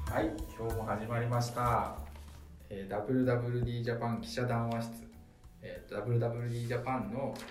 はい、今日も始まりました、WWD ジャパン記者談話室、WWD ジャパンの、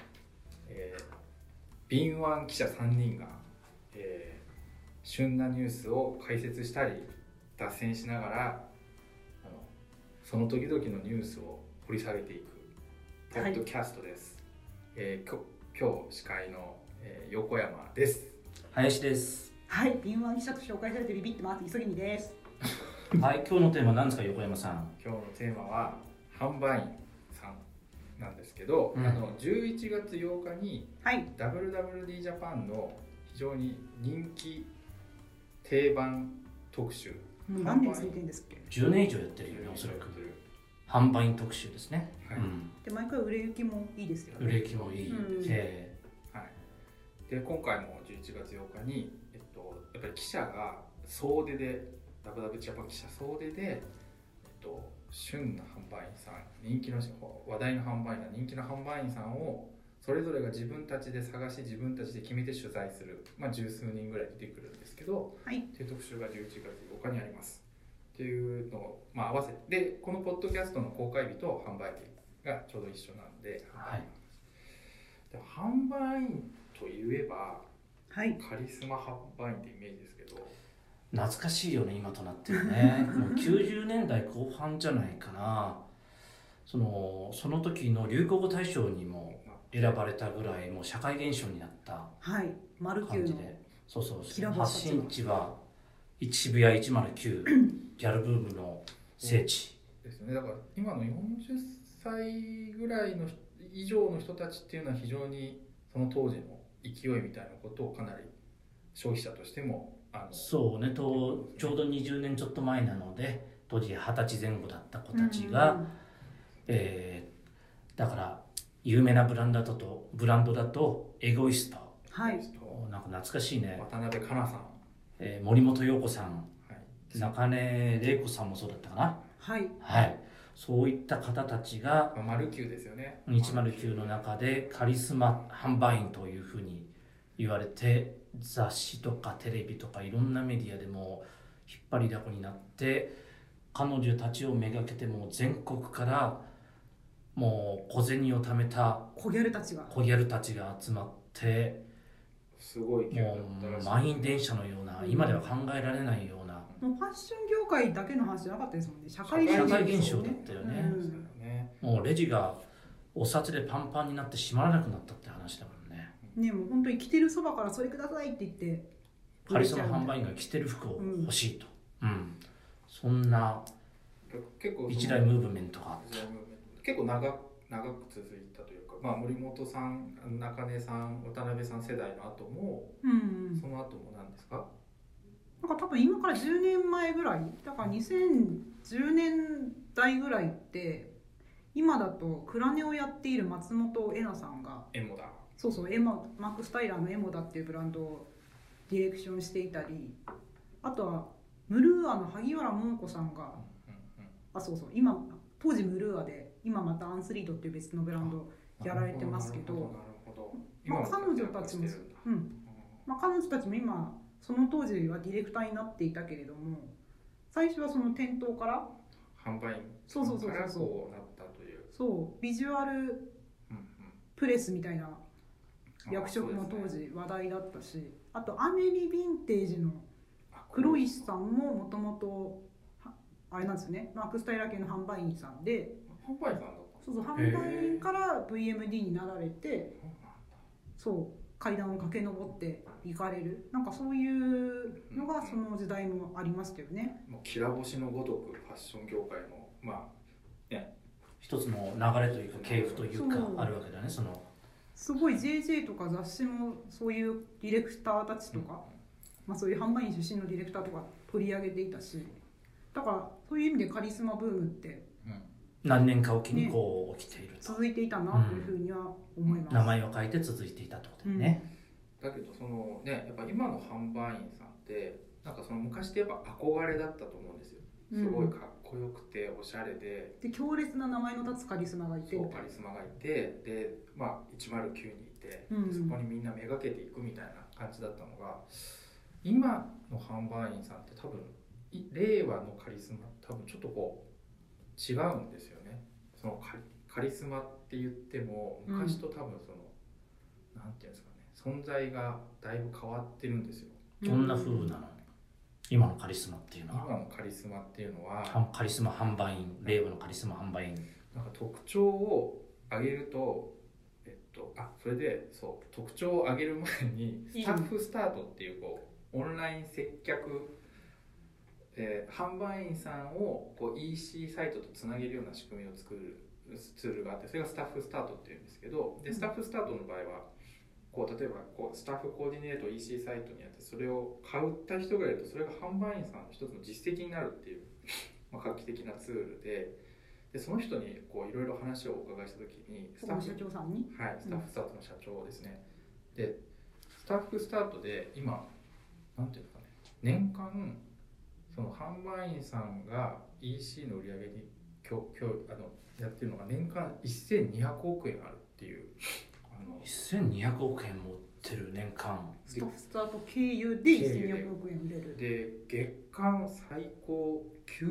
敏腕記者3人が、旬なニュースを解説したり脱線しながらその時々のニュースを掘り下げていくポッドキャストです。今日司会の、横山です。 林です。 はい、敏腕記者と紹介されてビビってます磯君です。 はい、今日のテーマは何ですか、横山さん。 今日のテーマは販売員さんなんですけど、11月8日に、 はい、 WWD ジャパンの非常に人気定番特集。 何年続いてるんですっけ ？10年以上やってるよね、おそらく。販売員特集ですね。 はい。 で毎回売れ行きもいいですよね。 売れ行きもいい。 はい。で今回も11月8日にやっぱり記者が総出でWWD ジャパン記者総出で旬な販売員さん、人気の話題の販売員さん、人気の販売員さんをそれぞれが自分たちで探し自分たちで決めて取材する、十数人ぐらい出てくるんですけど、 はい、 という特集が11月8日にありますっていうのを、合わせて、でこのポッドキャストの公開日と販売日がちょうど一緒なんで、 はい、 で販売員といえば、 はい、 カリスマ販売員ってイメージですけど、 懐かしいよね、今となってるね。もう90年代後半じゃないかな。その時の流行語大賞にも選ばれたぐらい、もう社会現象になった感じで、そう発信地は渋谷109ギャルブームの聖地ですね。だから今の40歳ぐらいの以上の人たちっていうのは非常にその当時の勢いみたいなことをかなり消費者としてもそうね、ちょうど20年ちょっと前なので、当時20歳前後だった子たちが、だから有名なブランドだとエゴイスト、 はい、 なんか懐かしいね。 渡辺香奈さん、 森本陽子さん、 はい、 中根玲子さんもそうだったかな。 はい、 はい、そういった方たちが 109ですよね。 109の中でカリスマ販売員というふうに言われて、雑誌とかテレビとかいろんなメディアでも引っ張りだこになって、彼女たちをめがけてもう全国からもう小銭を貯めた小ギャルたちが集まって、 すごいもう満員電車のような、今では考えられないような、 もうファッション業界だけの話じゃなかったですもんね。社会現象だったよね。もうレジがお札でパンパンになって閉まらなくなったって話だもんね。 もう本当に着てるそばからそれくださいって言ってカリスマ販売員が着てる服を欲しいと、そんな一大ムーブメントがあった。 結構長く続いたというか、森本さん、中根さん、渡辺さん世代の後も、その後も何ですか？ なんか多分今から10年前ぐらいだから2010年代ぐらいって、今だとクラネをやっている松本恵奈さんがエモだ、 マックスタイラーのエモダっていうブランドをディレクションしていたり、あとはムルーアの萩原桃子さんが、今当時ムルーアで今またアンスリートっていう別のブランドやられてますけど、彼女たちも今その当時はディレクターになっていたけれども、最初はその店頭から販売員からこうなったという、 ビジュアルプレスみたいな役職も当時話題だったし、あとアメリヴィンテージの黒石さんももともとあれなんですよね、マックスタイラー系の販売員さんで、 販売員さんだった。 販売員から VMD になられて、階段を駆け上っていかれる、なんかそういうのがその時代もありましたよね。 もうきら星のごとくファッション業界の一つの流れというか系譜というかあるわけだね。 すごい JJ とか雑誌もそういうディレクターたちとか、そういう販売員出身のディレクターとか取り上げていたし、だからそういう意味でカリスマブームって何年かおきにこう起きていると、 続いていたなというふうには思います。 名前を変えて続いていたってことだよね。 だけどやっぱ今の販売員さんってなんか昔ってやっぱ憧れだったと思うんですよ。すごいかっこよくておしゃれで、 強烈な名前の立つカリスマがいて、 で、109にいて、そこにみんなめがけていくみたいな感じだったのが、今の販売員さんって多分令和のカリスマ多分ちょっとこう違うんですよね。そのカリスマって言っても昔と多分その、なんていうんですかね、存在がだいぶ変わってるんですよ。 どんな風なの？今のカリスマっていうのは。 今のカリスマっていうのはカリスマ販売員、令和のカリスマ販売員。 なんか特徴を上げると、それでそう特徴を上げる前にスタッフスタートっていうこうオンライン接客、販売員さんをこう EC サイトとつなげるような仕組みを作るツールがあって、それがスタッフスタートっていうんですけど、でスタッフスタートの場合はこう例えばこうスタッフコーディネートを EC サイトにやって、それを買った人がいるとそれが販売員さんの一つの実績になるっていう、画期的なツールで、その人にこういろいろ話をお伺いしたときにスタッフ社長さんに、 はい、スタッフスタートの社長ですね。でスタッフスタートで今なんていうのかね、年間その販売員さんが EC の売り上げにやってるのが年間1200億円あるっていう。 1200億円持ってる年間。 スタッフスタート経由で1200億円売れる。 で月間最高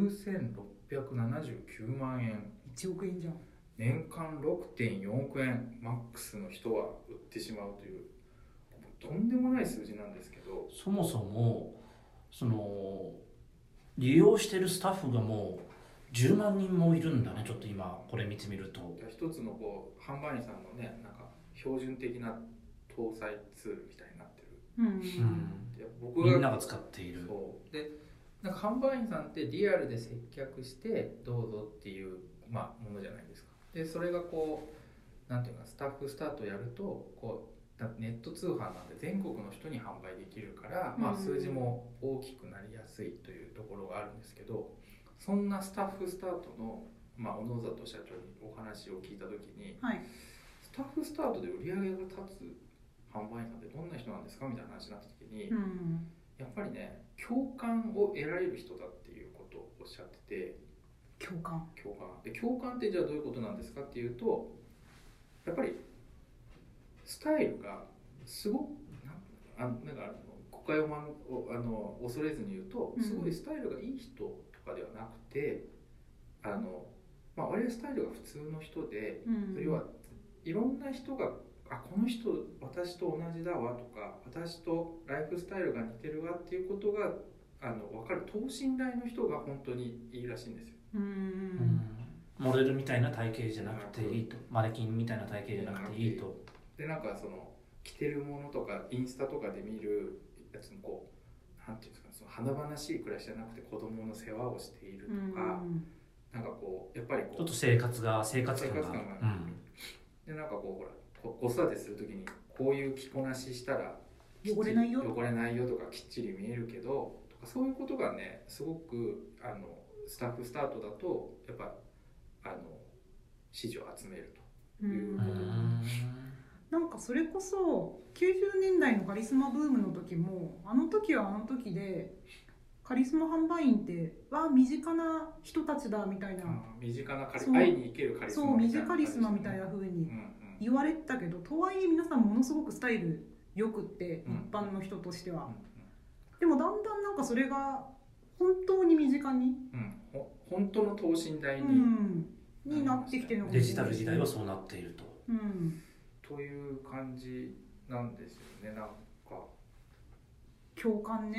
9679万円、 1億円じゃん。 年間 6.4 億円マックスの人は売ってしまうというとんでもない数字なんですけど、 そもそもその利用してるスタッフがもう10万人もいるんだね。ちょっと今これ見てみると一つのこう販売員さんのね、なんか標準的な搭載ツールみたいになってる、で僕がみんなが使っている。 そうで、なんか販売員さんってリアルで接客してどうぞっていう、ものじゃないですか。でそれがこうなんていうか、スタッフスタートやるとこうネット通販なんで全国の人に販売できるから、数字も大きくなりやすいというところがあるんですけど、そんなスタッフスタートの、小野里社長にお話を聞いた時に、 はい、 スタッフスタートで売り上げが立つ販売員さんってどんな人なんですかみたいな話になった時に、やっぱりね、共感を得られる人だっていうことをおっしゃってて。 共感ってじゃあどういうことなんですかっていうと、やっぱりスタイルがすごくなんか誤解を恐れずに言うと、すごいスタイルがいい人とかではなくて、割合スタイルが普通の人で、要はいろんな人がこの人私と同じだわとか、私とライフスタイルが似てるわっていうことが分かる等身大の人が本当にいいらしいんですよ。 モデルみたいな体型じゃなくていいと、マネキンみたいな体型じゃなくていいと。 でなんかその着てるものとかインスタとかで見るやつのこうなんていうんですか、その華々しい暮らしじゃなくて子供の世話をしているとか、なんかこうやっぱりこうちょっと生活感が、 でなんかこうほら子育てするときにこういう着こなししたら汚れないよとかきっちり見えるけどとか、そういうことがねすごくスタッフスタートだとやっぱ支持を集めるということなんかそれこそ90年代のカリスマブームの時も、あの時はあの時でカリスマ販売員って身近な人たちだみたいな、 身近な会いに行けるカリスマみたいな、 身近カリスマみたいな風に言われてたけど、とはいえ皆さんものすごくスタイルよくって、一般の人としては、でもだんだんなんかそれが本当に身近に、 本当の等身大になってきてるのかもしれない。 デジタル時代はそうなっていると、 という感じなんですよね。なんか共感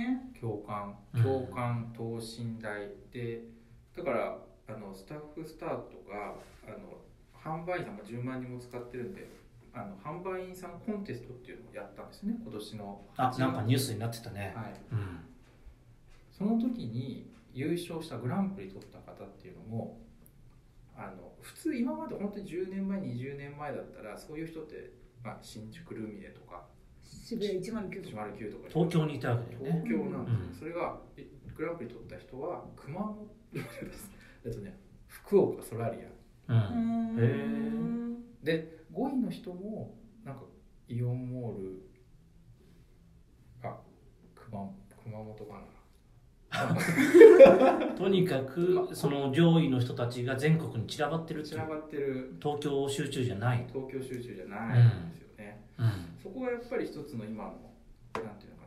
等身大で、だからスタッフスタートが販売員さんが10万人も使ってるんで、販売員さんコンテストっていうのをやったんですね、今年のなんかニュースになってたね。 その時に優勝したグランプリ取った方っていうのも普通今まで本当に10年前20年前だったらそういう人って、新宿ルミネとか渋谷109とか東京にいたわけだよね。 東京なんです、それがグランプリ取った人は熊本です福岡ソラリア、で5位の人もなんかイオンモール熊本かなとにかくその上位の人たちが全国に散らばってるっていう、東京集中じゃないんですよね、そこがやっぱり一つの今のなんていうのか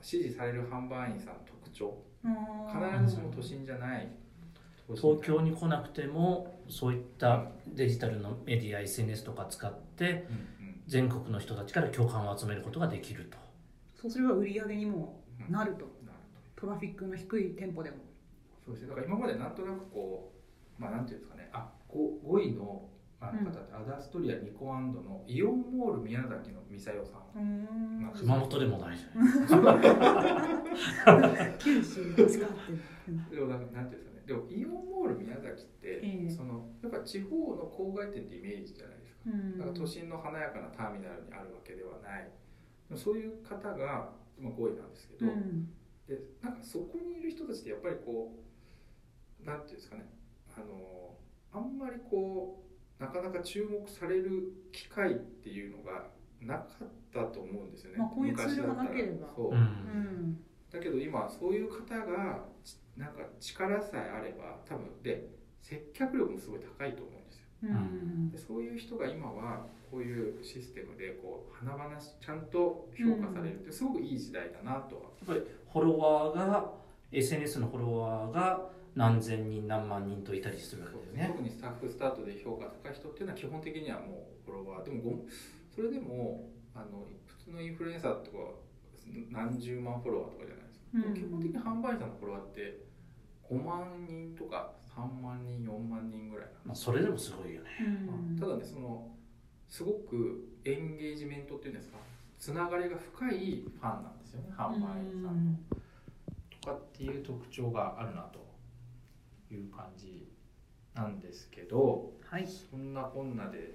支持される販売員さんの特徴、 あ必ずしも都心じゃない、 東京に来なくてもそういったデジタルのメディア SNS とか使って全国の人たちから共感を集めることができると。 そうすれば売り上げにもなると、トラフィックの低い店舗でも。 そうですね。だから今までなんとなくこう、なんていうんですかね、5位の方ってアダストリアニコアンドのイオンモール宮崎のミサヨさん。 熊本でもないじゃない九州で使ってる。 でもなんていうんですかね。でもイオンモール宮崎って、やっぱ地方の郊外店ってイメージじゃないですか。だから都心の華やかなターミナルにあるわけではない。そういう方が5位なんですけど、でなんかそこにいる人たちってやっぱりこうなんていうんですかね、あんまりこうなかなか注目される機会っていうのがなかったと思うんですよね。 こういうツールがなければ。 そう、だけど今そういう方がなんか力さえあれば多分で接客力もすごい高いと思うんですよ。でそういう人が今はこういうシステムでこう華々しちゃんと評価されるってすごくいい時代だなとは。 やっぱりフォロワーが SNS のフォロワーが何千人何万人といたりするわけですね。 特にスタッフスタートで評価高い人っていうのは基本的にはもうフォロワーでもそれでも普通のインフルエンサーとか何十万フォロワーとかじゃないですか。基本的に販売者のフォロワーって5万人とか3万人4万人ぐらいなんです。 それでもすごいよね。 ただねすごくエンゲージメントっていうんですか、つながりが深いファンなんですよね、販売員さんのとかっていう特徴があるなという感じなんですけど、そんなこんなで、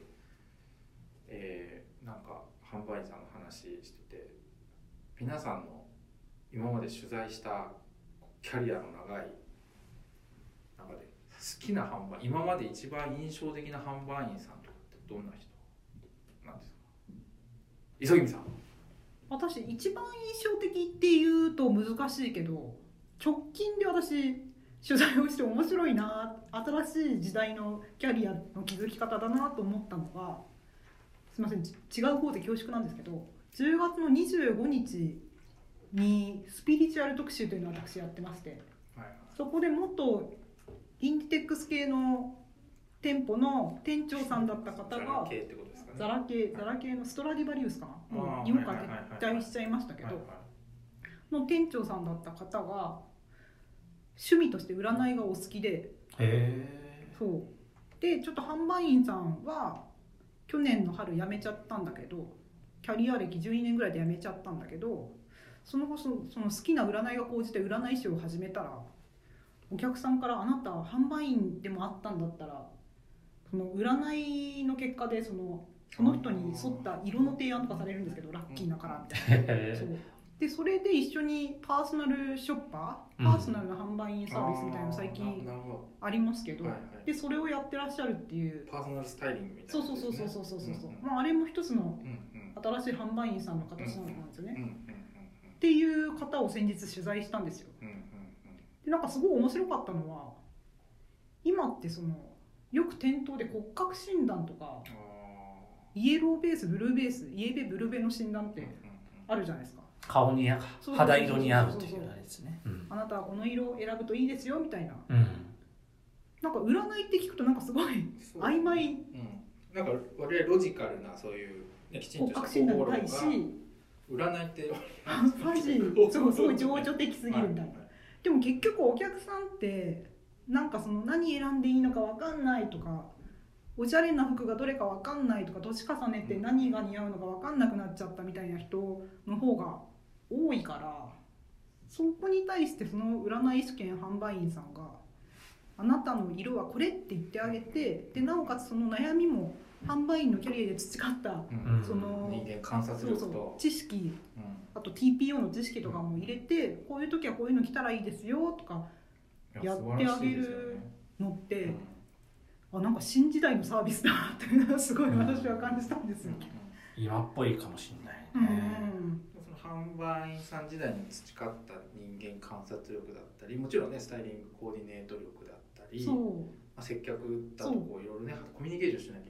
なんか販売員さんの話してて、皆さんの今まで取材したキャリアの長い中で好きな販売、今まで一番印象的な販売員さんとかってどんな人なんですか？磯君さん。 私一番印象的っていうと難しいけど、直近で私取材をして面白いな、新しい時代のキャリアの築き方だなと思ったのが、すみません違う方で恐縮なんですけど、10月の25日にスピリチュアル特集というのを私やってまして、そこで元インディテックス系の店舗の店長さんだった方がザラ系のストラディバリウスかな、もう日本から撤退しちゃいましたけど、の店長さんだった方が趣味として占いがお好きで、そうでちょっと販売員さんは去年の春辞めちゃったんだけど、キャリア歴12年ぐらいで辞めちゃったんだけど、その好きな占いが高じて占い師を始めたら、お客さんからあなた販売員でもあったんだったらその占いの結果でその人に沿った色の提案とかされるんですけど、ラッキーなカラーみたいなそうでそれで一緒にパーソナルショッパー、パーソナルな販売員サービスみたいなの最近ありますけど、でそれをやってらっしゃるっていうパーソナルスタイリングみたいな、 そう、あれも一つの新しい販売員さんの形なんですよね、っていう方を先日取材したんですよ。でなんかすごい面白かったのは、今ってよく店頭で骨格診断とかイエローベースブルーベース、イエベブルベの診断ってあるじゃないですか。 顔に肌色に合うっていうあれですね。 あなたはこの色を選ぶといいですよみたいな、なんか占いって聞くとなんかすごい曖昧、 なんか我々ロジカルなそういう、きちんとした方法論が、占いってマジすごい情緒的すぎるみたいな。でも結局お客さんってなんか何選んでいいのか分かんないとか、おしゃれな服がどれか分かんないとか、年重ねて何が似合うのか分かんなくなっちゃったみたいな人の方が多いから、そこに対してその占い師兼販売員さんがあなたの色はこれって言ってあげて、でなおかつその悩みも販売員のキャリアで培ったその人間観察力と知識、あと TPO の知識とかも入れて、こういう時はこういうの着たらいいですよとかやってあげるのって、なんか新時代のサービスだなっていうのはすごい私は感じたんですよ。 今っぽいかもしれないね。 その販売員さん時代に培った人間観察力だったり、もちろんねスタイリングコーディネート力だったり、接客だといろいろねコミュニケーションしなきゃいけないん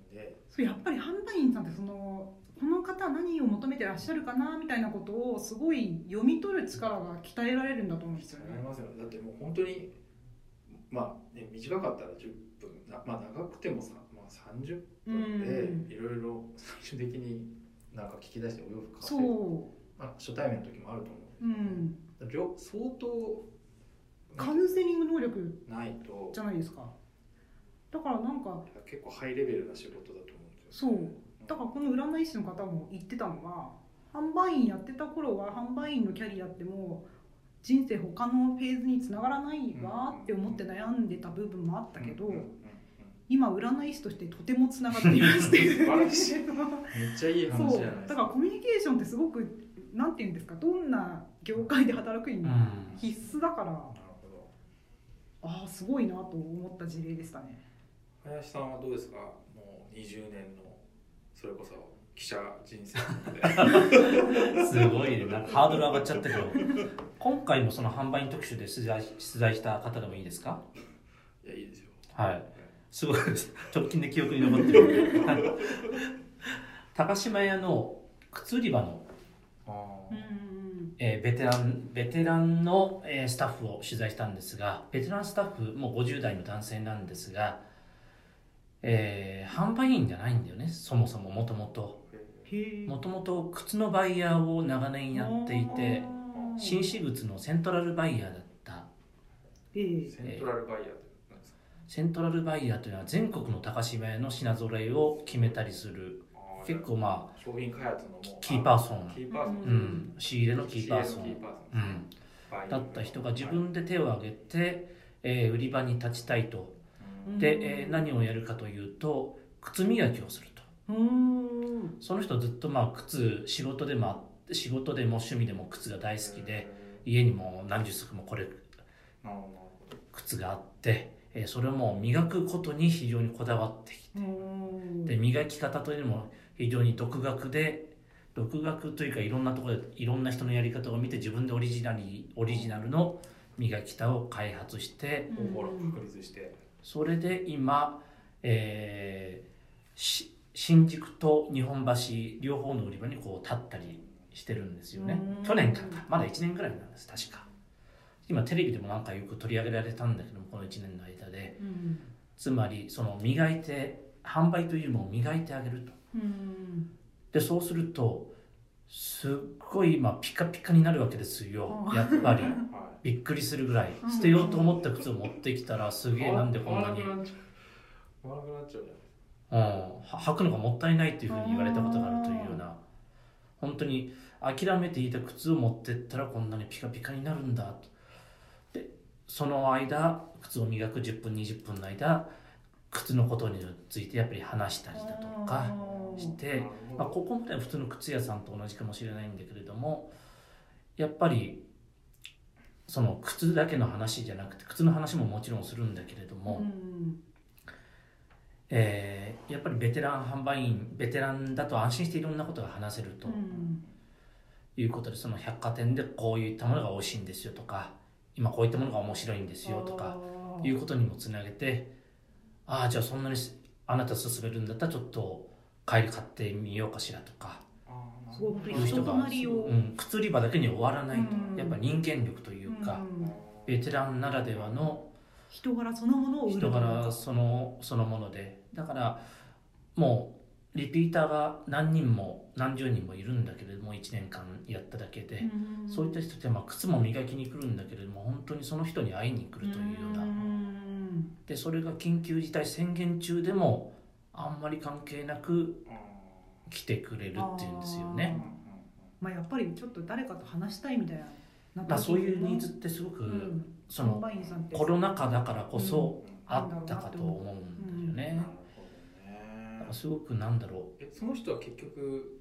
で、 そうやっぱり販売員さんってこの方何を求めてらっしゃるかなみたいなことをすごい読み取る力が鍛えられるんだと思うんですよね。 ありますよね。だってもう本当にね、短かったら10分、長くても30分でいろいろ最終的になんか聞き出してお洋服買って、初対面の時もあると思うんですけど、相当カウンセリング能力ないとじゃないですか。だからなんか結構ハイレベルな仕事だと思うんですよ。 そうだからこの占い師の方も言ってたのは、販売員やってた頃は販売員のキャリアってもう人生他のフェーズにつながらないわって思って悩んでた部分もあったけど、今占い師としてとてもつながっていますっていう素晴らしいめっちゃいい話じゃないですか。 だからコミュニケーションってすごくなんていうんですか、どんな業界で働くにも必須だから、ああすごいなと思った事例でしたね。 林さんはどうですか？もう20年のそれこそ記者人生ですごいね、なんかハードル上がっちゃったけど今回もその販売員特集で取材した方でもいいですか？ いや、いいですよ。 はい、すごい直近で記憶に残ってる高島屋の靴売り場のベテランのスタッフを取材したんですが、ベテランスタッフもう50代の男性なんですが、販売員じゃないんだよね。そもそももともと靴のバイヤーを長年やっていて、紳士靴のセントラルバイヤーだった。 セントラルバイヤーって何ですか？ セントラルバイヤーというのは全国の高島屋の品揃えを決めたりする、結構商品開発のキーパーソン、仕入れのキーパーソン、だった人が自分で手を挙げて、売り場に立ちたいと。で、何をやるかというと靴磨きをすると。その人ずっと靴仕事でも趣味でも靴が大好きで、家にも何十足も靴があって、それをもう磨くことに非常にこだわってきて、で磨き方というのも非常に独学というか、いろんなところでいろんな人のやり方を見て自分でオリジナルの磨き方を開発して、 確立して、 それで今、新宿と日本橋両方の売り場にこう立ったりしてるんですよね。去年からか、まだ1年ぐらいなんです確か。今テレビでもなんかよく取り上げられたんだけども、この1年の間で、つまりその販売というものを磨いてあげると。でそうするとすっごい今ピカピカになるわけですよ。やっぱりびっくりするぐらい、捨てようと思った靴を持ってきたら、すげえなんでこんなに履くのがもったいないっていうふうに言われたことがあるというような、本当に諦めていた靴を持ってったらこんなにピカピカになるんだと。でその間靴を磨く10分20分の間、靴のことについてやっぱり話したりだとかして、ここまでは普通の靴屋さんと同じかもしれないんだけれども、やっぱりその靴だけの話じゃなくて、靴の話ももちろんするんだけれども、やっぱりベテランだと安心していろんなことが話せるということで、その百貨店でこういったものが美味しいんですよとか、今こういったものが面白いんですよとかいうことにもつなげて、じゃあそんなにあなた勧めるんだったらちょっと帰り買ってみようかしらとかいう人が、靴売り場だけに終わらないと、やっぱ人間力というか、ベテランならではの人柄そのものを売る、 人柄そのもので、だからもうリピーターが何人も何十人もいるんだけれども、1年間やっただけで、そういった人って靴も磨きに来るんだけれども、本当にその人に会いに来るというような、でそれが緊急事態宣言中でもあんまり関係なく来てくれるっていうんですよね。 やっぱりちょっと誰かと話したいみたいな、 そういうニーズってすごく、そのコロナ禍だからこそあったかと思うんだよね。だからすごくその人は結局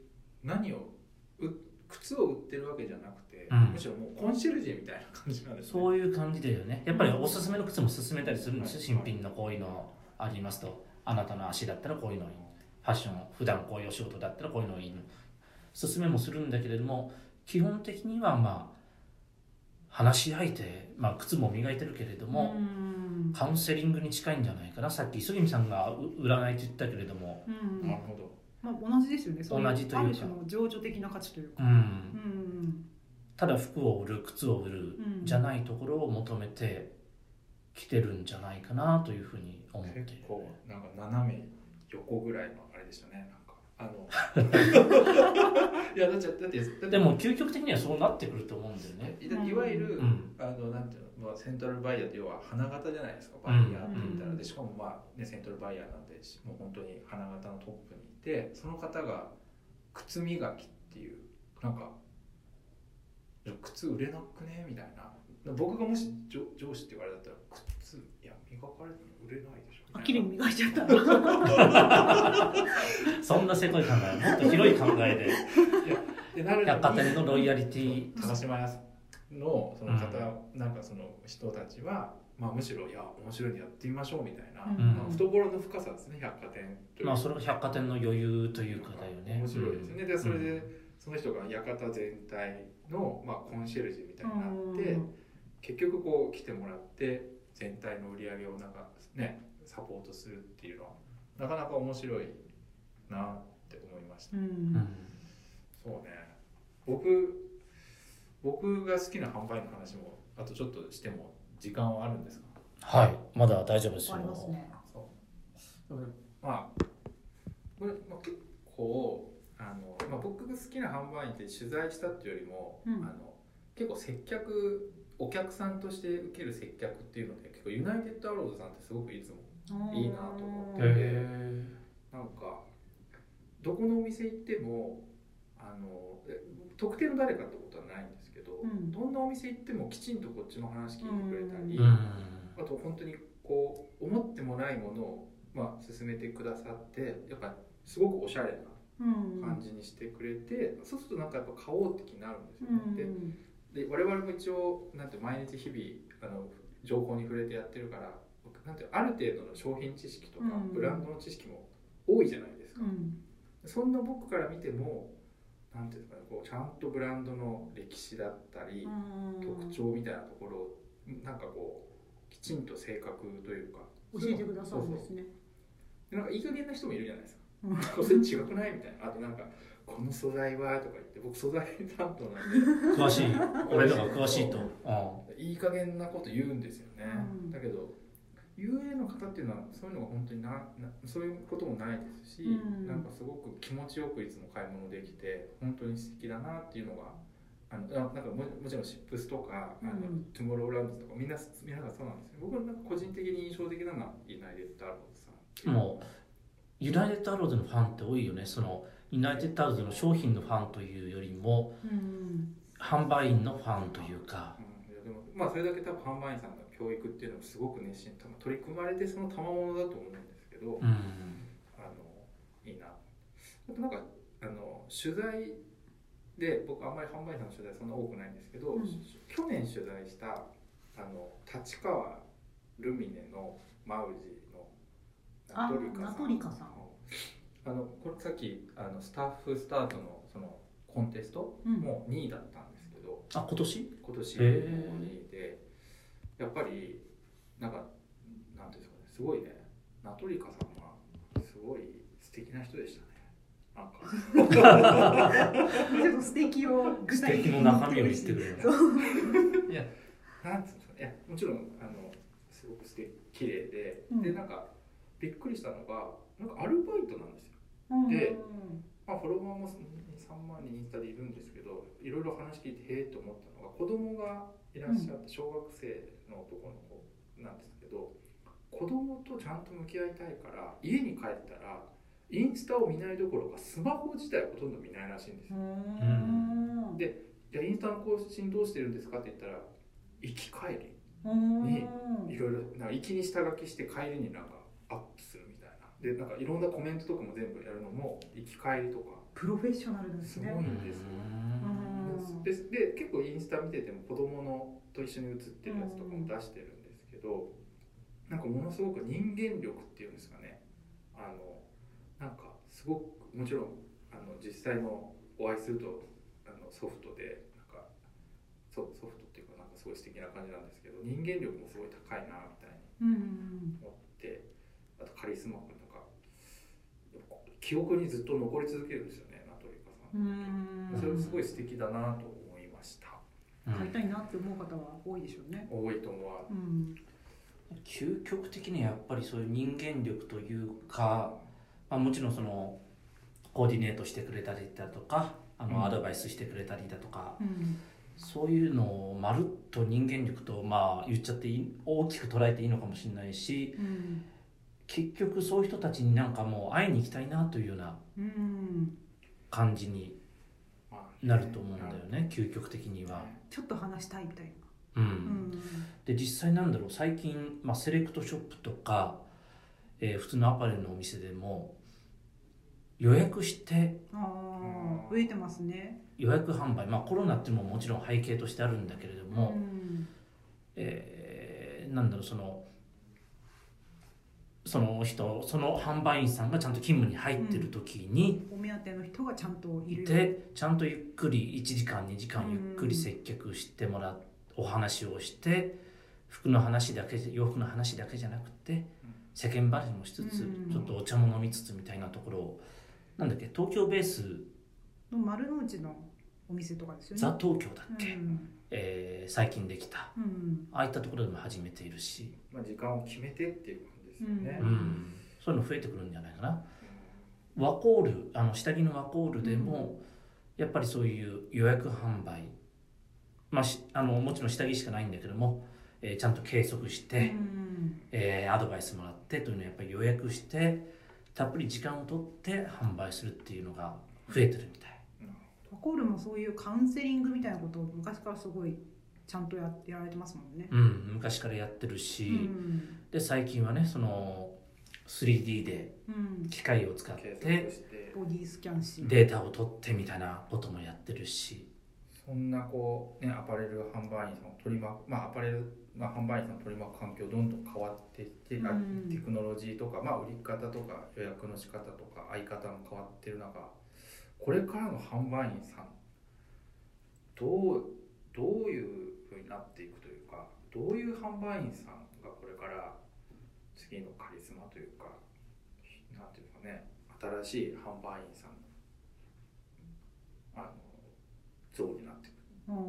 靴を売ってるわけじゃなくて、むしろもうコンシェルジェみたいな感じなんですね。 そういう感じだよね。やっぱりおすすめの靴も勧めたりするんですよ。新品のこういうのありますと、あなたの足だったらこういうのいい、ファッション普段こういうお仕事だったらこういうのいいの、勧めもするんだけれども、基本的には話し相手、靴も磨いてるけれども、 カウンセリングに近いんじゃないかな。さっき杉見さんが占いって言ったけれども、 うんなるほど。 まあ、同じですよね。そういう同じというかある種の情緒的な価値というか、 ただ服を売る靴を売るじゃないところを求めてきてるんじゃないかなというふうに思っている。 結構なんか斜め横ぐらいのあれでしたね。なんかいやだってでも究極的にはそうなってくると思うんだよね。 いわゆる、なんていうの、まあ、セントラルバイヤーって要は花形じゃないですか、バイヤーって言ったら。でしかもまあ、ね、セントラルバイヤーなんでもう本当に花形のトップにいて、その方が靴磨きっていうなんか靴売れなくねみたいな。僕がもし上司って言われたら靴いや磨かれても売れないでしょ。 綺麗に磨いちゃったらそんなせこい考え、もっと広い考えで百貨店のロイヤリティ高島屋のその方、なんかその人たちは、まあ、むしろいや面白いにやってみましょうみたいな、まあ、懐の深さですね、百貨店という。 まあそれが百貨店の余裕というかだよね。 面白いですよね。でそれでその人が館全体の、まあ、コンシェルジュみたいになって、結局こう来てもらって全体の売り上げをなんかねサポートするっていうのはなかなか面白いなって思いました。そうね。僕が好きな販売の話もあとちょっとしても時間はあるんですか？ はい、まだ大丈夫ですよ。 ありますね。 まあこれ、まあ、結構まあ、僕が好きな販売員って取材したっていうよりも、結構接客お客さんとして受ける接客っていうので結構ユナイテッドアローズさんってすごくいつもいいなと思ってて、なんかどこのお店行っても特定の誰かってことはないんですけど、どんなお店行ってもきちんとこっちの話聞いてくれたり、あと本当にこう思ってもないものを、まあ、勧めてくださってやっぱすごくおしゃれな感じにしてくれて、そうするとなんかやっぱ買おうって気になるんですよね。で我々も一応なんて毎日日々情報に触れてやってるからなんてある程度の商品知識とかブランドの知識も多いじゃないですか。そんな僕から見てもなんていうんですかね、こうちゃんとブランドの歴史だったり特徴みたいなところをなんかこうきちんと正確というか教えてくださるんですね。 なんかいい加減な人もいるじゃないですか。それ違くないみたいな。あとなんかこの素材はとか言って僕素材担当なんで詳しい俺らが詳しいといい加減なこと言うんですよね。だけど UA の方っていうのはそういうのが本当にそういうこともないですし、なんかすごく気持ちよくいつも買い物できて本当に素敵だなっていうのがなんか もちろんシップスとかトゥモローランドとかみんながそうなんですよ。僕はなんか個人的に印象的なのはユナイテッドアローズさん。 もうユナイテッドアローズのファンって多いよね。そのユナイテッドアローズの商品のファンというよりも、販売員のファンというか、 いやでもまあそれだけ多分販売員さんの教育っていうのはすごく熱心に取り組まれてその賜物だと思うんですけど、いいな。あとなんか取材で僕あんまり販売員さんの取材そんな多くないんですけど、去年取材した立川ルミネのマウジのナトリカさん。これさっきスタッフスタートのそのコンテストも2位だったんですけど、 今年 2位でやっぱりなんかなんていうんですかね、すごいね、ナトリカさんはすごい素敵な人でしたね。なんかちょっと素敵の中身を言ってくれる。 いやなんていうんですかね、いやもちろんすごく綺麗で、でなんかびっくりしたのがなんかアルバイトなんですよ。で、まあ、フォロワーも3万人インスタでいるんですけど、いろいろ話聞いてへえと思ったのが子供がいらっしゃって小学生の男の子なんですけど、子供とちゃんと向き合いたいから家に帰ったらインスタを見ないどころかスマホ自体をほとんど見ないらしいんですよ。で、じゃあインスタの更新どうしてるんですかって言ったら行き帰りにいろいろ行きに下書きして帰りになんかアップするみたいな。でなんかいろんなコメントとかも全部やるのも行き帰りとかプロフェッショナルですね。 すごいんですよ。で結構インスタ見てても子供のと一緒に写ってるやつとかも出してるんですけど、なんかものすごく人間力っていうんですかね、なんかすごくもちろん実際のお会いするとソフトでなんかソフトっていうかなんかすごい素敵な感じなんですけど、人間力もすごい高いなみたいにのって、あとカリスマ君とか記憶にずっと残り続けるんですよね、ナトリカさん。それすごい素敵だなと思いました。 買いたいなって思う方は多いでしょうね。 多いと思う。 究極的にはやっぱりそういう人間力というか、もちろんそのコーディネートしてくれたりだとかアドバイスしてくれたりだとか、そういうのをまるっと人間力と言っちゃって大きく捉えていいのかもしれないし、結局そういう人たちになんかもう会いに行きたいなというような感じになると思うんだよね、究極的には。 ちょっと話したいみたいな。 で実際なんだろう、最近、セレクトショップとか、普通のアパレルのお店でも予約して増えてますね。 予約販売、コロナっていうのももちろん背景としてあるんだけれども、なんだろう、その人、その販売員さんがちゃんと勤務に入ってる時に、 お目当ての人がちゃんといるよでちゃんとゆっくり1時間2時間ゆっくり接客してもらって、お話をして、服の話だけ、洋服の話だけじゃなくて世間話もしつつ、ちょっとお茶も飲みつつみたいなところを、なんだっけ、東京ベースの丸の内のお店とかですよね。 ザ・東京だっけ、最近できた、ああいったところでも始めているし、 時間を決めてっていう感じですよね。 そういうの増えてくるんじゃないかな。ワコール、下着のワコールでも、やっぱりそういう予約販売、もちろん下着しかないんだけども、ちゃんと計測して、アドバイスもらってというのをやっぱり予約してたっぷり時間を取って販売するっていうのが増えてるみたい。 ワコールもそういうカウンセリングみたいなことを昔からすごいちゃんとやられてますもんね。 昔からやってるし、で最近はね、その 3D で機械を使ってボディスキャンしデータを取ってみたいなこともやってるし、 そんなアパレル販売員さんを取り巻く、アパレル販売員さんを取り巻く環境どんどん変わっていって、テクノロジーとか、売り方とか予約の仕方とか相方も変わってる中、これからの販売員さんどういう風になっていくというか、どういう販売員さんがこれから次のカリスマというか、なんていうかね、新しい販売員さん像になってくる。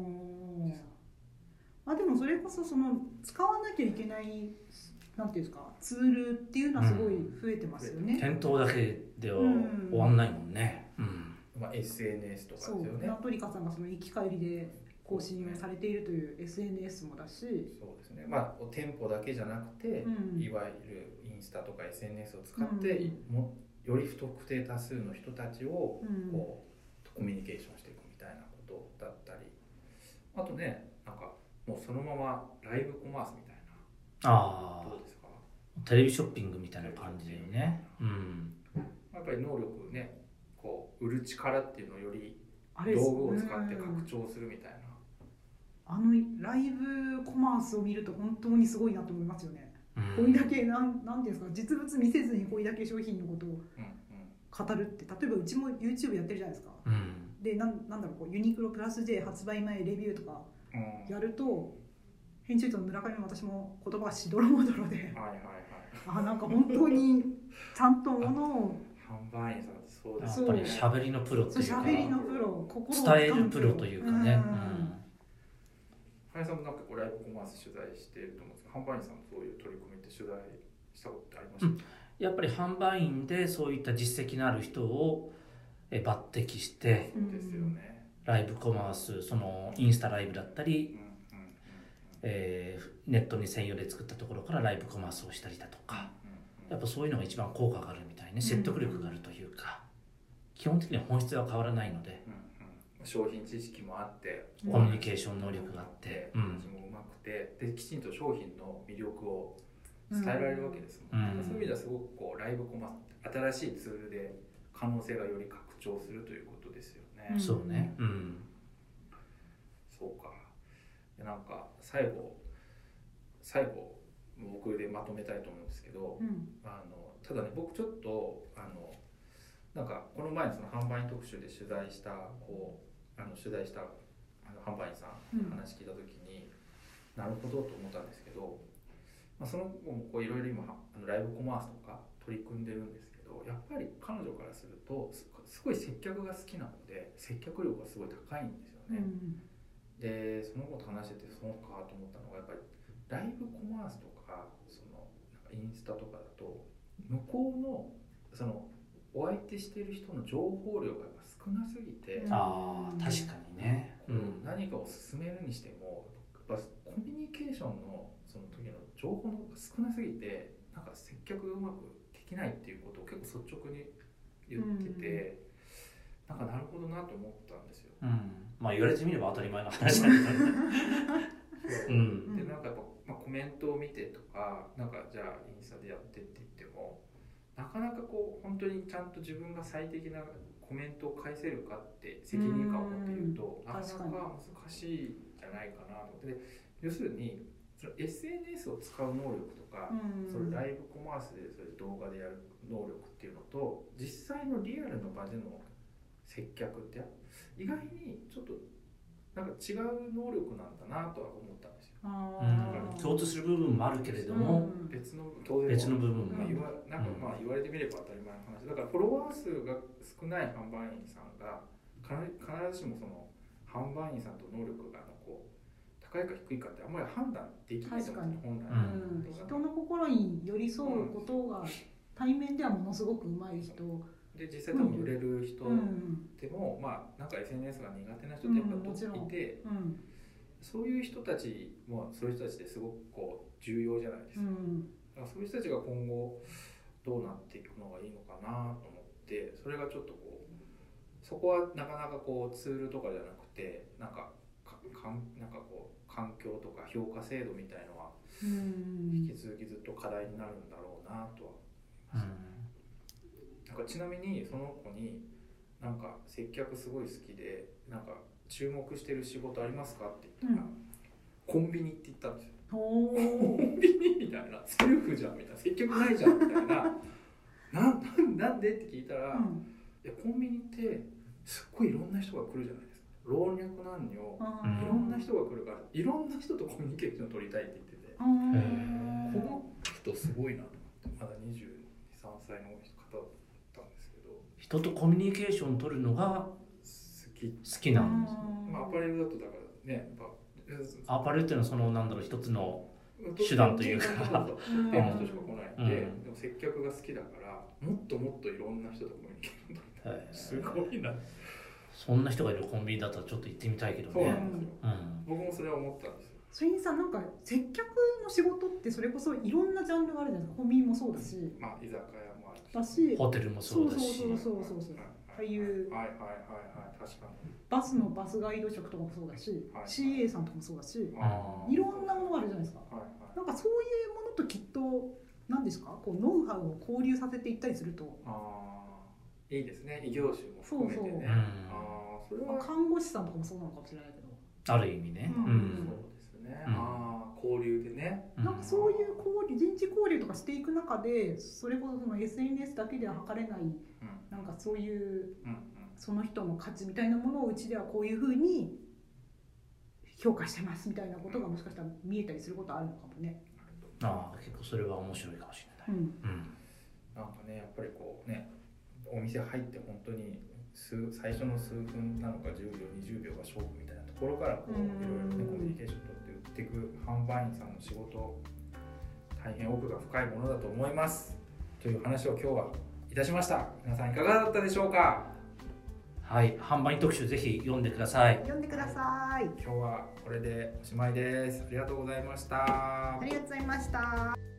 でもそれこそ使わなきゃいけないなんていうんですか、ツールっていうのはすごい増えてますよね。 店頭だけでは終わんないもんね。 SNS とかですよね。 ナトリカさんがその行き帰りで更新をされているという SNS もだし、 そうですね。店舗だけじゃなくて、いわゆるインスタとか SNS を使って、より不特定多数の人たちをコミュニケーションしていくみたいなことだったり、あとね、なんかもうそのままライブコマースみたいな。どうですか？ テレビショッピングみたいな感じだよね。 やっぱり能力ね、売る力っていうのをより道具を使って拡張するみたいな。 ライブコマースを見ると本当にすごいなと思いますよね。これだけなんていうんですか、実物見せずにこれだけ商品のことを語るって、例えばうちも YouTube やってるじゃないですか。でなんだろう、ユニクロプラス J 発売前レビューとかやると、編集長の村上も私も言葉がしどろもどろで、なんか本当にちゃんとものを販売員さんってそうですね。やっぱり喋りのプロっていうか、 喋りのプロ、心を伝えるプロというかね。 林さんもなんかライブコマース取材していると思うんですけど、販売員さんそういう取り組みって取材したことってありました？ やっぱり販売員でそういった実績のある人を抜擢して、 そうですよね。 ライブコマース、そのインスタライブだったり、ネットに専用で作ったところからライブコマースをしたりだとか、やっぱそういうのが一番効果があるみたいね。説得力があるというか、基本的には本質は変わらないので、 商品知識もあって、 コミュニケーション能力があって、 味もうまくて、できちんと商品の魅力を伝えられるわけですもんね。そういう意味ではすごくライブコマース、新しいツールで可能性がより拡張するということですよね。 そうね。 そうか。なんか最後僕でまとめたいと思うんですけど、ただね、僕ちょっとなんかこの前のその販売員特集で取材した販売員さんの話聞いた時に、なるほどと思ったんですけど、 その子もこういろいろ今ライブコマースとか取り組んでるんですけど、やっぱり彼女からするとすごい接客が好きなので接客力がすごい高いんですよね、でその子と話しててそうかと思ったのが、やっぱりライブコマースとかなんかインスタとかだと向こうのお相手してる人の情報量がやっぱ少なすぎて、 確かにね、 何かを進めるにしてもやっぱコミュニケーションのその時の情報の方が少なすぎて、なんか接客がうまくできないっていうことを結構率直に言ってて、なんかなるほどなと思ったんですよ。 まあ言われてみれば当たり前の話だけどね。 でなんかやっぱ、コメントを見てとか、なんかじゃあインスタでやってって言っても、なかなかこう本当にちゃんと自分が最適なコメントを返せるかって責任感を持って言うとなかなか難しいんじゃないかなと思って、要するにその SNS を使う能力とか、そのライブコマースでそれ動画でやる能力っていうのと、実際のリアルの場での接客って意外にちょっとなんか違う能力なんだなとは思ったんですよ。 共通する部分もあるけれども、 別の部分も、 なんか言われてみれば当たり前の話だから、フォロワー数が少ない販売員さんが必ずしもその販売員さんと能力がこう高いか低いかってあんまり判断できないと思うんですよ、本来。 人の心に寄り添うことが対面ではものすごく上手い人で、実際多分売れる人でも、なんか SNS が苦手な人ってやっぱいて、そういう人たちもそういう人たちですごくこう重要じゃないですか。だからそういう人たちが今後どうなっていくのがいいのかなと思って、それがちょっとこうそこはなかなかこうツールとかじゃなくて、なんかこう環境とか評価制度みたいのは引き続きずっと課題になるんだろうなとは思います。なんかちなみにその子になんか接客すごい好きでなんか注目してる仕事ありますかって言ったら、コンビニって言ったんですよ。コンビニみたいな、セルフじゃんみたいな、接客ないじゃんみたいななんでって聞いたら、いやコンビニってすっごいいろんな人が来るじゃないですか。老若男女いろんな人が来るから、いろんな人とコミュニケーションを取りたいって言ってて、この人すごいなと思って。まだ23歳の方だったんですけど、 人とコミュニケーションを取るのが好きなんですね。 アパレルだとだからね、 アパレルっていうのはそのなんだろう、一つの手段というか、 店の人しか来ないんで、でも接客が好きだからもっともっといろんな人とコミュニケーション取りたい。すごいな。 そんな人がいるコンビニだったらちょっと行ってみたいけどね。 そうなんですよ、僕もそれは思ったんですよ。 それにさ、なんか接客の仕事ってそれこそいろんなジャンルがあるじゃないですか。コンビニもそうだし、 居酒屋もあるし、 ホテルもそうだし、 ああいう確かにバスのバスガイド職とかもそうだし、CA さんとかもそうだし、いろんなものがあるじゃないですか。なんかそういうものときっと何ですか、こうノウハウを交流させていったりするといいですね。異業種も含めてね。それは看護師さんとかもそうなのかもしれないけど、 ある意味ね。 そうですね。交流でね。 なんかそういう人事交流とかしていく中で、それこそその SNS だけでは測れない、なんかそういうその人の価値みたいなものをうちではこういうふうに評価してますみたいなことがもしかしたら見えたりすることあるのかもね。 結構それは面白いかもしれない。 なんかね、やっぱりこうね、お店入って本当に最初の数分なのか10秒20秒が勝負みたいなところからこういろいろねコミュニケーション取って売っていく販売員さんの仕事、大変奥が深いものだと思いますという話を今日はいたしました。皆さんいかがだったでしょうか。 はい、販売特集ぜひ読んでください。 読んでください。 今日はこれでおしまいです。ありがとうございました。 ありがとうございました。